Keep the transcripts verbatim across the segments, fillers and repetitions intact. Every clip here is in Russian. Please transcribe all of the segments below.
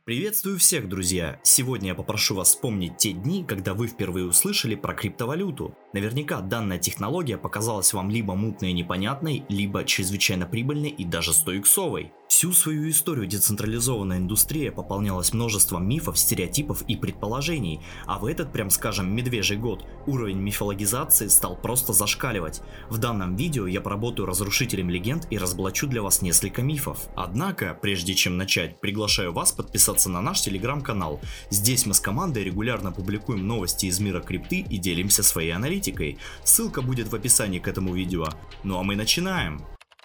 Приветствую всех, друзья! Сегодня я попрошу вас вспомнить те дни, когда вы впервые услышали про криптовалюту. Наверняка данная технология показалась вам либо мутной и непонятной, либо чрезвычайно прибыльной и даже сто иксовой. Всю свою историю децентрализованная индустрия пополнялась множеством мифов, стереотипов и предположений, а в этот, прям скажем, медвежий год уровень мифологизации стал просто зашкаливать. В данном видео я поработаю разрушителем легенд и разоблачу для вас несколько мифов. Однако, прежде чем начать, приглашаю вас подписаться на наш телеграм-канал. Здесь мы с командой регулярно публикуем новости из мира крипты и делимся своей аналитикой. Ссылка будет в описании к этому видео. Ну а мы начинаем!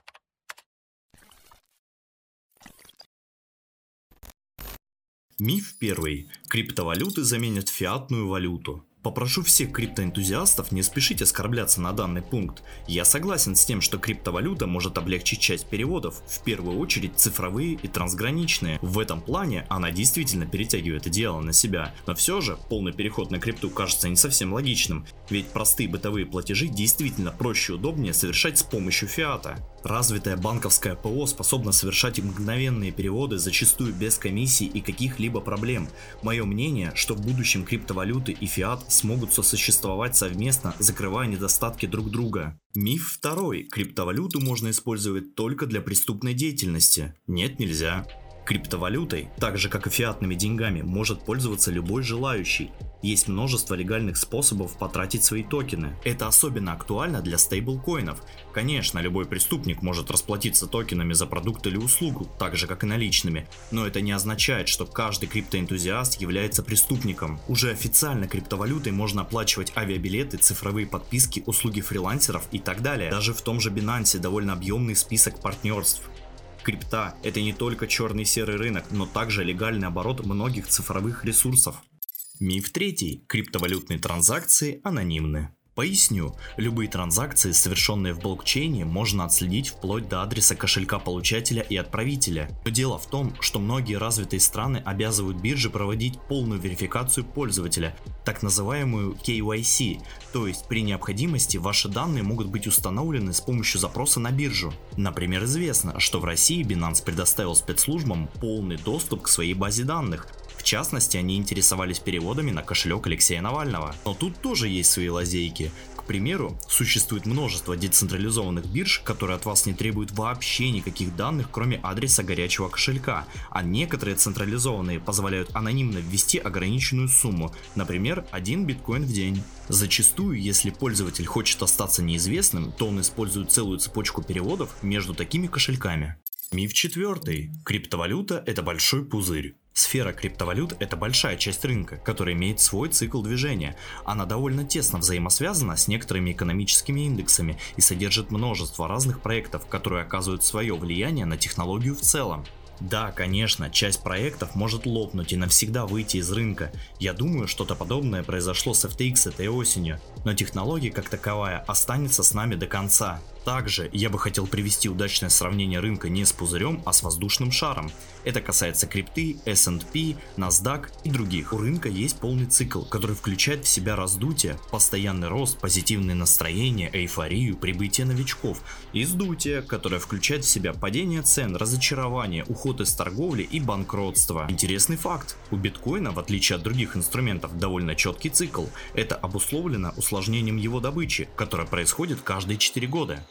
Миф первый. Криптовалюты заменят фиатную валюту. Попрошу всех криптоэнтузиастов не спешить оскорбляться на данный пункт. Я согласен с тем, что криптовалюта может облегчить часть переводов, в первую очередь цифровые и трансграничные. В этом плане она действительно перетягивает одеяло на себя. Но все же полный переход на крипту кажется не совсем логичным, ведь простые бытовые платежи действительно проще и удобнее совершать с помощью фиата. Развитое банковское ПО способно совершать мгновенные переводы, зачастую без комиссий и каких-либо проблем. Мое мнение, что в будущем криптовалюты и фиат смогут сосуществовать совместно, закрывая недостатки друг друга. Миф второй. Криптовалюту можно использовать только для преступной деятельности. Нет, нельзя. Криптовалютой, так же как и фиатными деньгами, может пользоваться любой желающий. Есть множество легальных способов потратить свои токены. Это особенно актуально для стейблкоинов. Конечно, любой преступник может расплатиться токенами за продукт или услугу, так же как и наличными, но это не означает, что каждый криптоэнтузиаст является преступником. Уже официально криптовалютой можно оплачивать авиабилеты, цифровые подписки, услуги фрилансеров и так далее. Даже в том же Binance довольно объемный список партнерств. Крипта – это не только черный и серый рынок, но также легальный оборот многих цифровых ресурсов. Миф третий. Криптовалютные транзакции анонимны. Поясню, любые транзакции, совершенные в блокчейне, можно отследить вплоть до адреса кошелька получателя и отправителя. Но дело в том, что многие развитые страны обязывают биржи проводить полную верификацию пользователя, так называемую кей вай си, то есть при необходимости ваши данные могут быть установлены с помощью запроса на биржу. Например, известно, что в России Binance предоставил спецслужбам полный доступ к своей базе данных. В частности, они интересовались переводами на кошелек Алексея Навального. Но тут тоже есть свои лазейки. К примеру, существует множество децентрализованных бирж, которые от вас не требуют вообще никаких данных, кроме адреса горячего кошелька, а некоторые централизованные позволяют анонимно ввести ограниченную сумму, например, один биткоин в день. Зачастую, если пользователь хочет остаться неизвестным, то он использует целую цепочку переводов между такими кошельками. Миф четвертый. Криптовалюта – это большой пузырь. Сфера криптовалют – это большая часть рынка, которая имеет свой цикл движения. Она довольно тесно взаимосвязана с некоторыми экономическими индексами и содержит множество разных проектов, которые оказывают свое влияние на технологию в целом. Да, конечно, часть проектов может лопнуть и навсегда выйти из рынка. Я думаю, что-то подобное произошло с эф ти экс этой осенью, но технология как таковая останется с нами до конца. Также я бы хотел привести удачное сравнение рынка не с пузырем, а с воздушным шаром. Это касается крипты, эс энд пи, NASDAQ и других. У рынка есть полный цикл, который включает в себя раздутие, постоянный рост, позитивные настроения, эйфорию, прибытие новичков, и сдутие, которое включает в себя падение цен, разочарование, уход из торговли и банкротство. Интересный факт. У биткоина, в отличие от других инструментов, довольно четкий цикл. Это обусловлено усложнением его добычи, которая происходит каждые четыре года.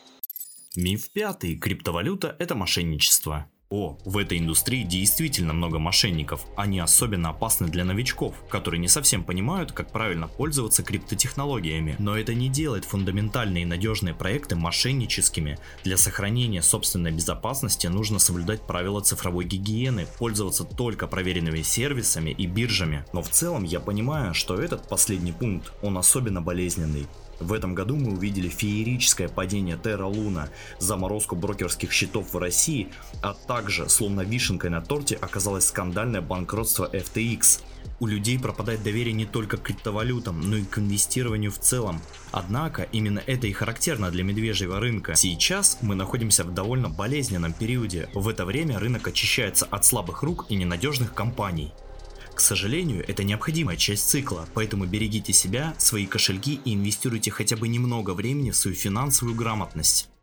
Миф пятый. Криптовалюта – это мошенничество. О, в этой индустрии действительно много мошенников. Они особенно опасны для новичков, которые не совсем понимают, как правильно пользоваться криптотехнологиями. Но это не делает фундаментальные и надежные проекты мошенническими. Для сохранения собственной безопасности нужно соблюдать правила цифровой гигиены, пользоваться только проверенными сервисами и биржами. Но в целом я понимаю, что этот последний пункт, он особенно болезненный. В этом году мы увидели феерическое падение Terra Luna, заморозку брокерских счетов в России, а также, словно вишенкой на торте, оказалось скандальное банкротство эф ти экс. У людей пропадает доверие не только к криптовалютам, но и к инвестированию в целом. Однако, именно это и характерно для медвежьего рынка. Сейчас мы находимся в довольно болезненном периоде. В это время рынок очищается от слабых рук и ненадежных компаний. К сожалению, это необходимая часть цикла, поэтому берегите себя, свои кошельки и инвестируйте хотя бы немного времени в свою финансовую грамотность.